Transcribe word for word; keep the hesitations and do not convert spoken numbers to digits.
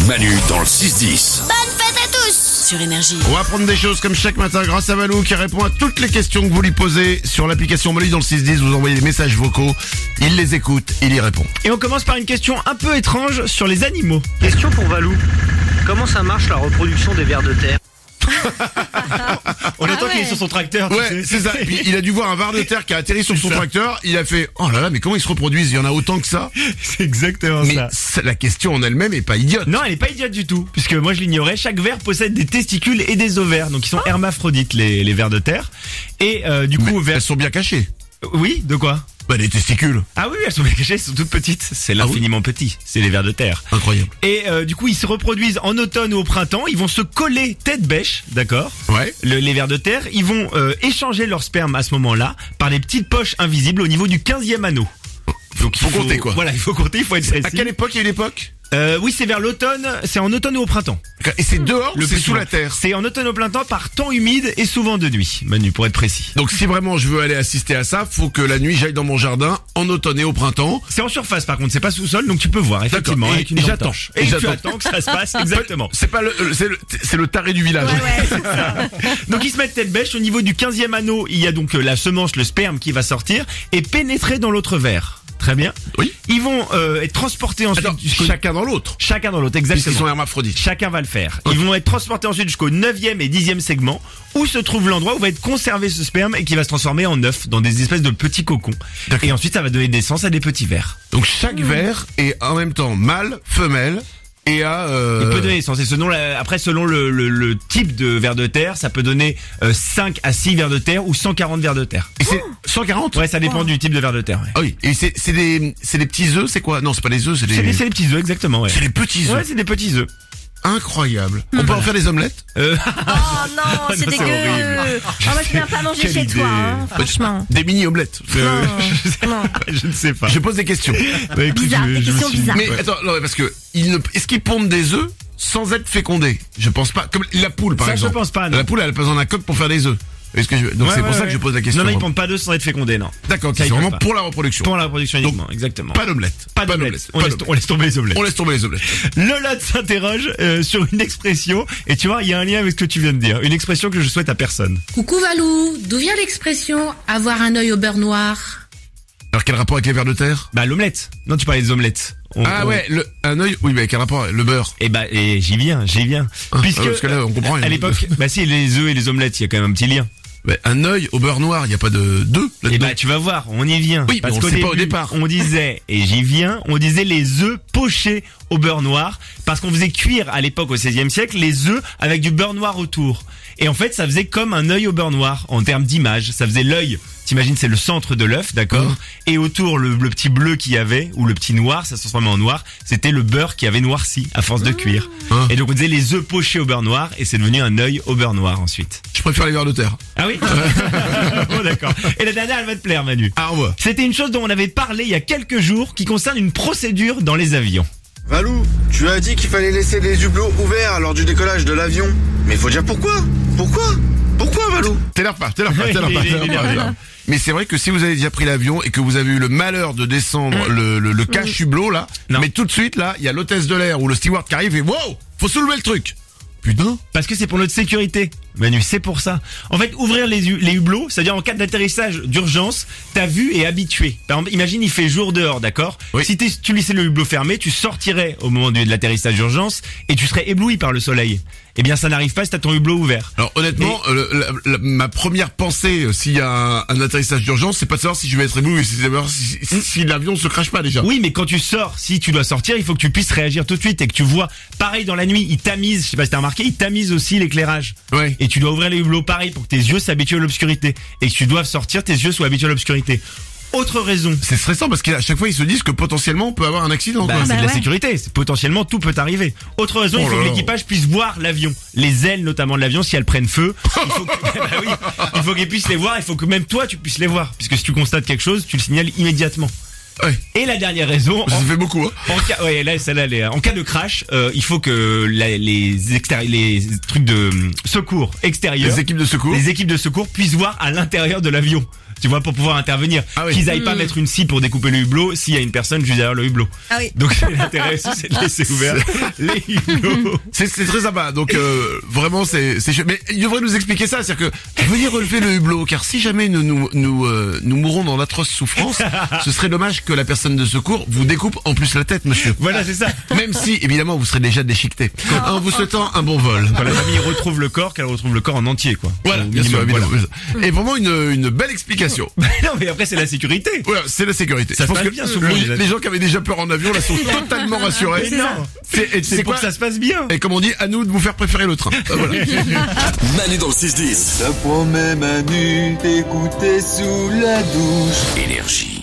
Manu dans le six dix. Bonne fête à tous sur Énergie. On va apprendre des choses comme chaque matin grâce à Valou qui répond à toutes les questions que vous lui posez sur l'application Manu dans le six dix. Vous envoyez des messages vocaux, il les écoute, il y répond. Et on commence par une question un peu étrange sur les animaux. Question pour Valou. Comment ça marche la reproduction des vers de terre? On attend ouais. qu'il est sur son tracteur. tu Ouais, sais. c'est ça. Et puis, il a dû voir un ver de terre qui a atterri sur son ça. tracteur. Il a fait, oh là là, mais comment ils se reproduisent? Il y en a autant que ça. C'est exactement Mais ça. c'est- la question en elle-même est pas idiote. Non, elle est pas idiote du tout, puisque moi je l'ignorais. Chaque ver possède des testicules et des ovaires, donc ils sont hermaphrodites les, les vers de terre. Et euh, du Mais coup, vers... elles sont bien cachées. oui, de quoi? Bah, les testicules. Ah oui, elles sont bien cachées, elles sont toutes petites. C'est l'infiniment petit, c'est les vers de terre. Incroyable. Et euh, du coup, ils se reproduisent en automne ou au printemps. Ils vont se coller tête bêche, d'accord? Ouais. Le- les vers de terre, ils vont euh, échanger leur sperme à ce moment-là par des petites poches invisibles au niveau du quinzième anneau. Donc il Faut compter, quoi. Voilà, il faut compter, il faut être À précis. quelle époque il y a une époque? Euh, oui, c'est vers l'automne, c'est en automne ou au printemps. Et c'est dehors ou Le c'est plus sous souvent. la terre? C'est en automne au printemps par temps humide et souvent de nuit, Manu, pour être précis. Donc si vraiment je veux aller assister à ça, faut que la nuit j'aille dans mon jardin en automne et au printemps. C'est en surface par contre, c'est pas sous-sol, donc tu peux voir effectivement D'accord. avec Et- une et lampe j'attends. torche. Et Et, tu j'attends. attends que ça se passe exactement. C'est pas le, le- c'est le, c'est le taré du village. Donc ils se mettent tête bêche, au niveau du quinzième anneau, il y a donc euh, la semence, le sperme qui va sortir et pénétrer dans l'autre verre. Très bien. Oui. Ils vont euh, être transportés ensuite Attends, jusqu'au... chacun dans l'autre. chacun dans l'autre, Puisqu'ils exactement. sont hermaphrodites. Chacun va le faire. Ils vont être transportés ensuite jusqu'au neuvième et dixième segment, où se trouve l'endroit où va être conservé ce sperme et qui va se transformer en œuf dans des espèces de petits cocons. D'accord. Et ensuite, ça va donner naissance à des petits vers. Donc chaque ver est en même temps mâle, femelle et a. Euh... Il peut donner naissance. Et selon la- après, selon le, le, le type de vers de terre, ça peut donner euh, cinq à six vers de terre ou cent quarante vers de terre. Et c'est cent quarante. Ouais, ça dépend du type de vers de terre. Ouais. Ah oui. Et c'est c'est des c'est des petits œufs, c'est quoi? Non, c'est pas des œufs, c'est des. C'est des, c'est des petits œufs, exactement. Ouais. C'est des petits œufs. Ouais, c'est des petits œufs. Incroyable. On peut en faire des omelettes? Euh, Oh non, c'est Non, c'est dégueu. horrible. Oh, moi je viens pas manger Quelle chez idée. toi, hein, franchement. Des mini omelettes. euh, Non. je ne sais pas. Je pose des questions. Bah, écoute, Bizarre, je- des je me questions suis- bizarres. Mais attends, non, parce que il ne, est-ce qu'ils pondent des œufs sans être fécondés? Je pense pas. Comme la poule, par Ça, je exemple. pense pas, non. La poule, elle a besoin d'un coq pour faire des œufs. Est-ce que je... Donc Ouais, c'est pour ouais, ça ouais. que je pose la question. Non, non, ils pondent pas d'œufs sans être fécondés, non. D'accord, Ça, c'est ils vraiment peuvent pas. pour la reproduction. Pour la reproduction Donc, uniquement, exactement. Pas d'omelette. Pas d'omelette. On, Pas laisse- d'omelette. on laisse tomber les omelettes. On laisse tomber les omelettes. Lola s'interroge euh, sur une expression, et tu vois, il y a un lien avec ce que tu viens de dire. Une expression que je souhaite à personne. Coucou Valou, d'où vient l'expression avoir un œil au beurre noir? Alors quel rapport avec les vers de terre? Bah, l'omelette. Non, tu parlais des omelettes. On- Ah on- ouais, le, un œil. Oui, mais quel rapport? Le beurre. Et bah, et j'y viens, j'y viens. Ah, Puisque, parce que là, on comprend rien. à l'époque, bah si, les œufs et les omelettes, il y a quand même un petit lien. Ouais, un œil au beurre noir, il y a pas de deux Et là-dedans. bah, tu vas voir, on y vient. Oui, mais on le qu'au sait pas au début, départ. On disait, et j'y viens, on disait les œufs pochés au beurre noir, parce qu'on faisait cuire à l'époque au seizième siècle les œufs avec du beurre noir autour. Et en fait, ça faisait comme un œil au beurre noir en termes d'image. Ça faisait l'œil. T'imagines, c'est le centre de l'œuf, d'accord? Mmh. Et autour, le, le petit bleu qu'il y avait, ou le petit noir, ça se transformait en noir, c'était le beurre qui avait noirci à force de cuire. Mmh. Et donc on disait les œufs pochés au beurre noir, et c'est devenu un œil au beurre noir ensuite. Je préfère les vers de terre. Ah oui? Bon, d'accord. Et la dernière, elle va te plaire, Manu. Ah, au revoir. C'était une chose dont on avait parlé il y a quelques jours qui concerne une procédure dans les avions. Valou, tu as dit qu'il fallait laisser les hublots ouverts lors du décollage de l'avion. Mais faut dire pourquoi? Pourquoi? Pourquoi, Valou? T'énerve pas, t'énerve pas, t'énerve pas, Il est- il est t'énerve pas, énervé. t'énerve pas. Mais c'est vrai que si vous avez déjà pris l'avion et que vous avez eu le malheur de descendre le, le, le cache hublot là, Non. mais tout de suite là, il y a l'hôtesse de l'air ou le steward qui arrive et wow, faut soulever le truc. Putain. Parce que c'est pour notre sécurité. Manu, c'est pour ça. En fait, ouvrir les, hu- les hublots, c'est-à-dire en cas d'atterrissage d'urgence, ta vue est habituée. Par exemple, imagine il fait jour dehors, d'accord? Oui. Si t'es- tu laissais le hublot fermé, tu sortirais au moment de, de l'atterrissage d'urgence et tu serais ébloui par le soleil. Eh bien, ça n'arrive pas si t'as ton hublot ouvert. Alors honnêtement, euh, le- la- la- ma première pensée euh, s'il y a un, un atterrissage d'urgence, c'est pas de savoir si je vais être ébloui, c'est de savoir si, si, si l'avion se crache pas déjà. Oui, mais quand tu sors, si tu dois sortir, il faut que tu puisses réagir tout de suite et que tu vois. Pareil dans la nuit, il tamise, je sais pas si t'as remarqué, il tamise aussi l'éclairage. Ouais. Et tu dois ouvrir les hublots pareil pour que tes yeux s'habituent à l'obscurité. Et que tu doives sortir, tes yeux soient habitués à l'obscurité. Autre raison. C'est stressant parce qu'à chaque fois ils se disent que potentiellement on peut avoir un accident. Bah, quoi. c'est de la ouais. sécurité. C'est- Potentiellement, tout peut arriver. Autre raison, Oh il faut là que là. l'équipage puisse voir l'avion. Les ailes, notamment de l'avion, si elles prennent feu. Il faut que, bah oui, il faut qu'ils puissent les voir. Il faut que même toi, tu puisses les voir. Puisque si tu constates quelque chose, tu le signales immédiatement. Ouais. Et la dernière raison. Ça en- fait beaucoup. Hein. En cas, ouais, là, celle-là, elle est- en cas de crash, euh, il faut que la- les extéri- les trucs de hum, secours extérieurs, Les équipes de secours. les équipes de secours puissent voir à l'intérieur de l'avion. tu vois, pour pouvoir intervenir. Ah oui. Qu'ils aillent pas mettre une scie pour découper le hublot s'il y a une personne juste derrière le hublot. Ah oui. Donc l'intérêt aussi, c'est de laisser ouvert les hublots. C'est c'est très sympa. Donc euh, vraiment c'est c'est chouette. Mais il devrait nous expliquer ça, c'est-à-dire que veuillez relever le hublot, car si jamais nous nous nous, euh, nous mourrons dans d'atroces souffrances, ce serait dommage que la personne de secours vous découpe en plus la tête, monsieur. Voilà, c'est ça. Même si évidemment vous serez déjà déchiqueté. En vous souhaitant un bon vol. Quand la famille retrouve le corps, qu'elle retrouve le corps en entier, quoi. Voilà, Au bien sûr, minimum, évidemment. Et vraiment une une belle explication. voilà. Non, mais après c'est la sécurité. Ouais, c'est la sécurité. Ça Je se pense passe que bien souvent, le- les les gens qui avaient déjà peur en avion là sont totalement rassurés. Mais non. C'est et tu C'est sais pour quoi que ça se passe bien. Et comme on dit, à nous de vous faire préférer le train. Euh, voilà. Manu dans le six dix. Ça promet Manu d'écouter sous la douche. Énergie.